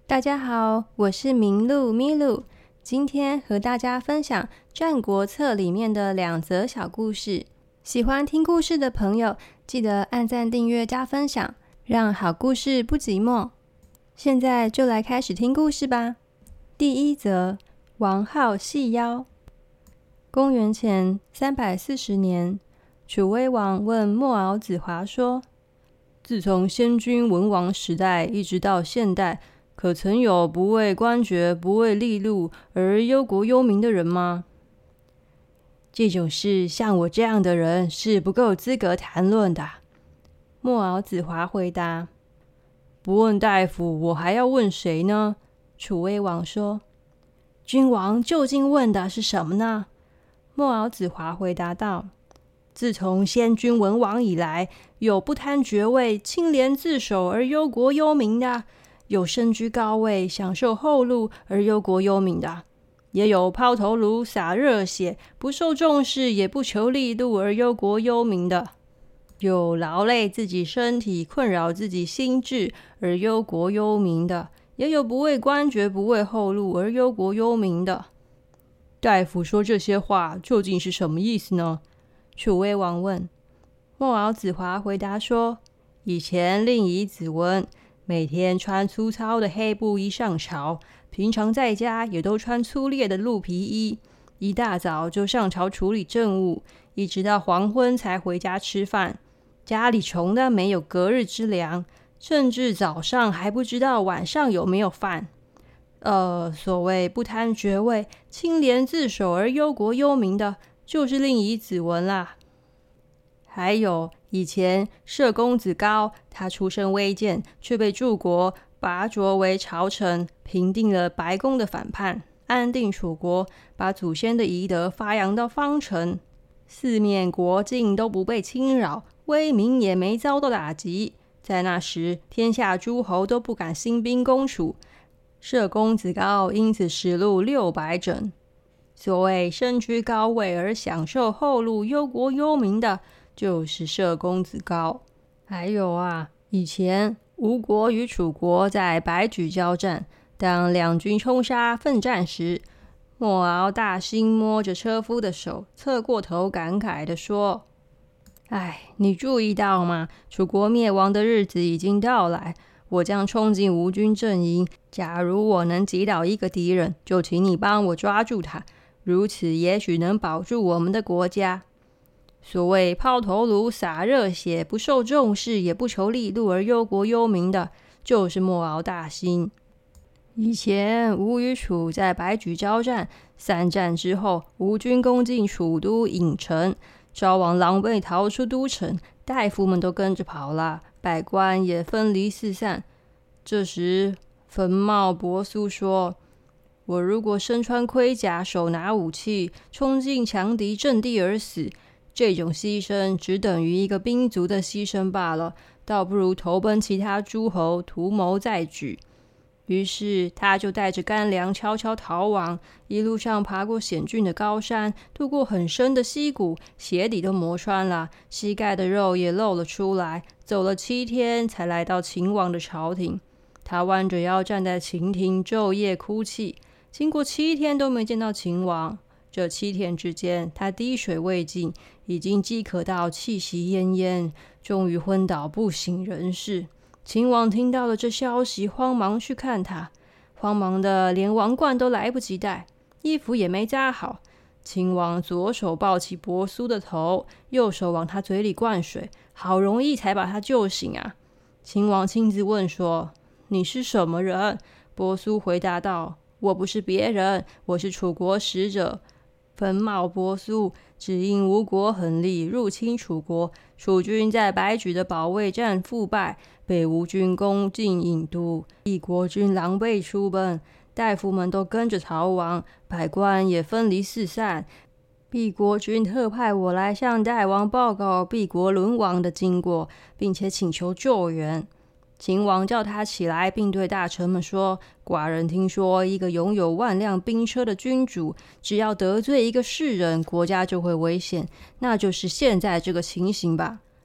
大家好，我是明露咪露，今天和大家分享《战国策》里面的2则小故事。喜欢听故事的朋友，记得按赞、订阅、加分享，让好故事不寂寞。现在就来开始听故事吧。第1则，王好细腰。公元前340年，楚威王问莫敖子华说：自从先君文王时代一直到现代，可曾有不为官爵、不为利禄而忧国忧民的人吗？这种事，像我这样的人是不够资格谈论的。莫敖子华回答。不问大夫，我还要问谁呢？楚威王说。君王究竟问的是什么呢？莫敖子华回答道。自从先君文王以来，有不贪爵位、清廉自守而忧国忧民的，有身居高位、享受后禄而忧国忧民的，也有抛头颅、洒热血、不受重视也不求利禄而忧国忧民的，有劳累自己身体、困扰自己心智而忧国忧民的，也有不为官爵、不为后禄而忧国忧民的。大夫说这些话究竟是什么意思呢？楚威王问。莫敖子华回答说：以前令尹子文每天穿粗糙的黑布衣上朝，平常在家也都穿粗劣的鹿皮衣，一大早就上朝处理政务，一直到黄昏才回家吃饭。家里穷的没有隔日之粮，甚至早上还不知道晚上有没有饭。所谓不贪爵位、清廉自守而忧国忧民的，就是令尹子文啦。还有以前社公子高，他出身微贱，却被柱国拔擢为朝臣，平定了白宫的反叛，安定楚国，把祖先的遗德发扬到方城，四面国境都不被侵扰，威名也没遭到打击。在那时，天下诸侯都不敢兴兵攻楚，社公子高因此实禄600整。所谓身居高位而享受后禄、忧国忧民的，就是社公子高。还有以前吴国与楚国在白举交战，当两军冲杀奋战时，莫敖大兴摸着车夫的手，侧过头感慨地说：你注意到吗？楚国灭亡的日子已经到来，我将冲进吴军阵营，假如我能击倒一个敌人，就请你帮我抓住他，如此也许能保住我们的国家。所谓抛头颅、洒热血、不受重视也不求利禄而忧国忧民的，就是莫敖大兴。以前吴与楚在白举交战，3战之后，吴军攻进楚都郢城，昭王狼狈逃出都城，大夫们都跟着跑了，百官也分离四散。这时坟帽伯苏说：我如果身穿盔甲，手拿武器，冲进强敌阵地而死，这种牺牲只等于一个兵卒的牺牲罢了，倒不如投奔其他诸侯，图谋再举。于是他就带着干粮悄悄逃亡，一路上爬过险峻的高山，渡过很深的溪谷，鞋底都磨穿了，膝盖的肉也露了出来，走了7天才来到秦王的朝廷。他弯着腰站在秦庭，昼夜哭泣，经过7天都没见到秦王。这7天之间，他滴水未进，已经饥渴到气息奄奄，终于昏倒不省人事。秦王听到了这消息，慌忙去看他，慌忙的连王冠都来不及戴，衣服也没扎好。秦王左手抱起伯苏的头，右手往他嘴里灌水，好容易才把他救醒啊。秦王亲自问说：你是什么人？伯苏回答道：我不是别人，我是楚国使者。坟帽伯苏只因吴国狠厉入侵楚国，楚军在白举的保卫战覆败，被吴军攻进郢都，晋国军狼狈出奔，大夫们都跟着逃亡，百官也分离四散。毕国君特派我来向大王报告毕国沦亡的经过，并且请求救援。秦王叫他起来，并对大臣们说：寡人听说一个拥有万辆兵车的君主，只要得罪一个士人，国家就会危险，那就是现在这个情形吧。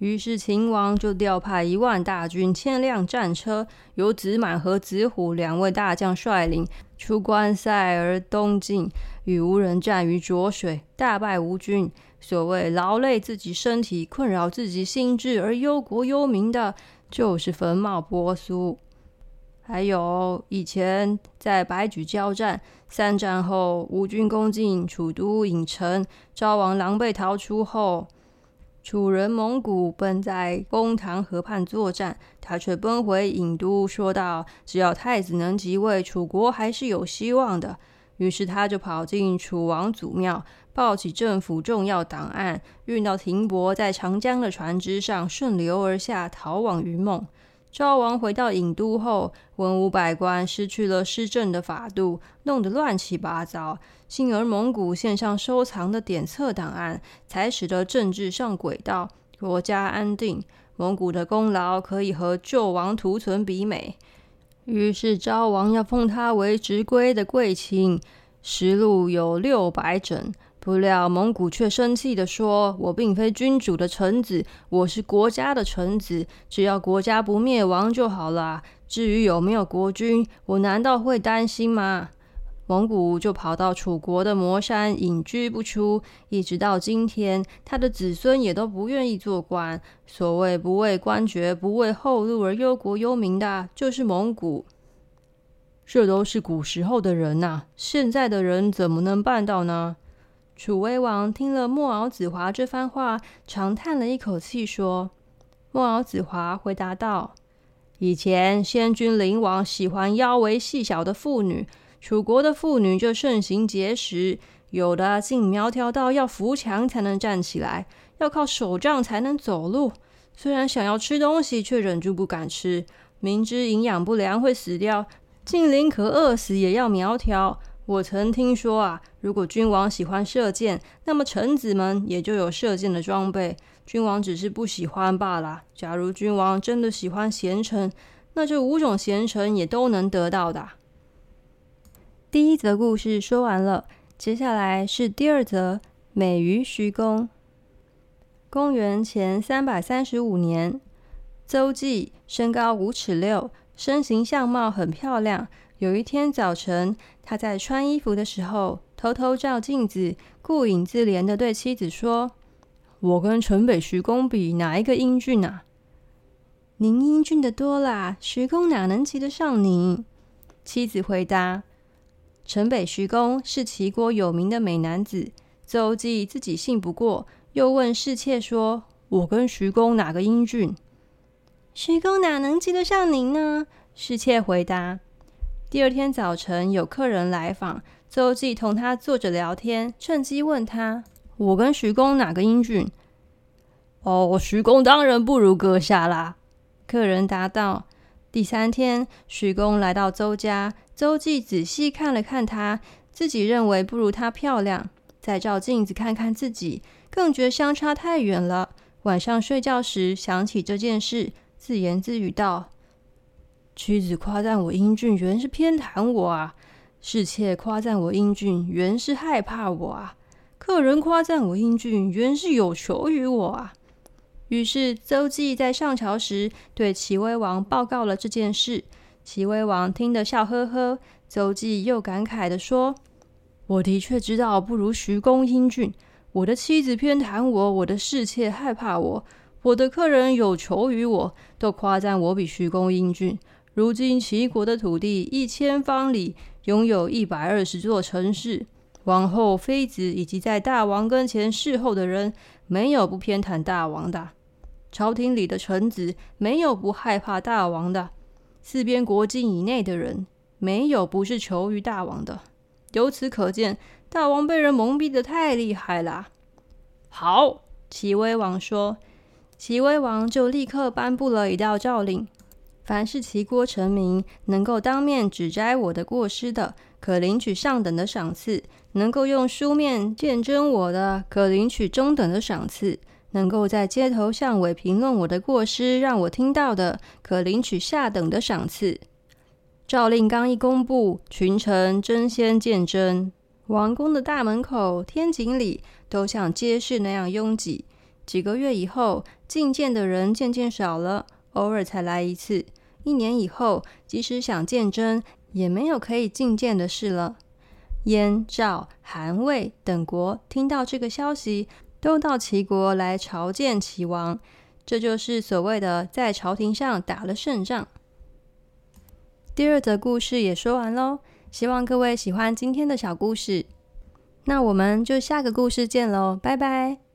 于是秦王就调派1万大军、1000辆战车，由子满和子虎2位大将率领，出关塞而东进，与吴人战于浊水，大败吴军。所谓劳累自己身体、困扰自己心智而忧国忧民的，就是焚帽波苏。还有以前在白举交战，3战后吴军攻进楚都郢城，昭王狼狈逃出后，楚人蒙古奔在公塘河畔作战，他却奔回郢都，说道只要太子能即位，楚国还是有希望的。于是他就跑进楚王祖庙，抱起政府重要档案，运到停泊在长江的船只上，顺流而下，逃往云梦。昭王回到郢都后，文武百官失去了施政的法度，弄得乱七八糟。幸而蒙古献上收藏的典册档案，才使得政治上轨道，国家安定。蒙古的功劳可以和旧王图存比美。于是昭王要封他为直归的贵卿，实禄有600整。不料蒙古却生气地说，我并非君主的臣子，我是国家的臣子，只要国家不灭亡就好了，至于有没有国君，我难道会担心吗？蒙古就跑到楚国的魔山隐居不出，一直到今天，他的子孙也都不愿意做官。所谓不为官爵、不为后路而忧国忧民的，就是蒙古。这都是古时候的人啊，现在的人怎么能办到呢？楚威王听了莫敖子华这番话，长叹了一口气说，莫敖子华回答道，以前先君灵王喜欢腰围细小的妇女，楚国的妇女就盛行节食，有的竟苗条到要扶墙才能站起来，要靠手杖才能走路。虽然想要吃东西，却忍住不敢吃，明知营养不良会死掉，竟宁可饿死也要苗条。我曾听说啊，如果君王喜欢射箭，那么臣子们也就有射箭的装备，君王只是不喜欢罢了。假如君王真的喜欢贤臣，那这5种贤臣也都能得到的。第1则故事说完了，接下来是第2则，美于徐公。公元前335年，邹忌身高5尺6，身形相貌很漂亮。有一天早晨，他在穿衣服的时候，偷偷照镜子，顾影自怜地对妻子说，我跟城北徐公比，哪一个英俊啊？您英俊的多啦，徐公哪能及得上您？妻子回答，城北徐公是齐国有名的美男子。邹忌自己信不过，又问侍妾说，我跟徐公哪个英俊？徐公哪能及得上您呢？侍妾回答。第2天早晨，有客人来访，邹忌同他坐着聊天，趁机问他，我跟徐公哪个英俊？徐公当然不如阁下啦。客人答道。第3天，徐公来到邹家，邹忌仔细看了看他，自己认为不如他漂亮，再照镜子看看自己，更觉相差太远了。晚上睡觉时想起这件事，自言自语道，妻子夸赞我英俊，原是偏袒我啊；侍妾夸赞我英俊，原是害怕我啊；客人夸赞我英俊，原是有求于我啊。于是邹忌在上朝时对齐威王报告了这件事。齐威王听得笑呵呵，邹忌又感慨地说，我的确知道不如徐公英俊，我的妻子偏袒我，我的侍妾害怕我，我的客人有求于我，都夸赞我比徐公英俊。如今齐国的土地1000方里，拥有120座城市，王后、妃子以及在大王跟前侍候的人，没有不偏袒大王的。朝廷里的臣子，没有不害怕大王的。4边国境以内的人，没有不是求于大王的。由此可见，大王被人蒙蔽得太厉害啦。好，齐威王说。齐威王就立刻颁布了一道诏令，凡是齐国臣民能够当面指摘我的过失的，可领取上等的赏赐；能够用书面见证我的，可领取中等的赏赐；能够在街头巷尾评论我的过失，让我听到的，可领取下等的赏赐。诏令刚一公布，群臣争先见真，王宫的大门口、天井里都像街市那样拥挤。几个月以后， 觐见的人渐渐少了，偶尔才来一次。1年以后，即使想见真，也没有可以觐见的事了。燕、赵、韩、魏等国听到这个消息，都到齐国来朝见齐王，这就是所谓的在朝廷上打了胜仗。第2则故事也说完咯，希望各位喜欢今天的小故事。那我们就下个故事见咯，拜拜。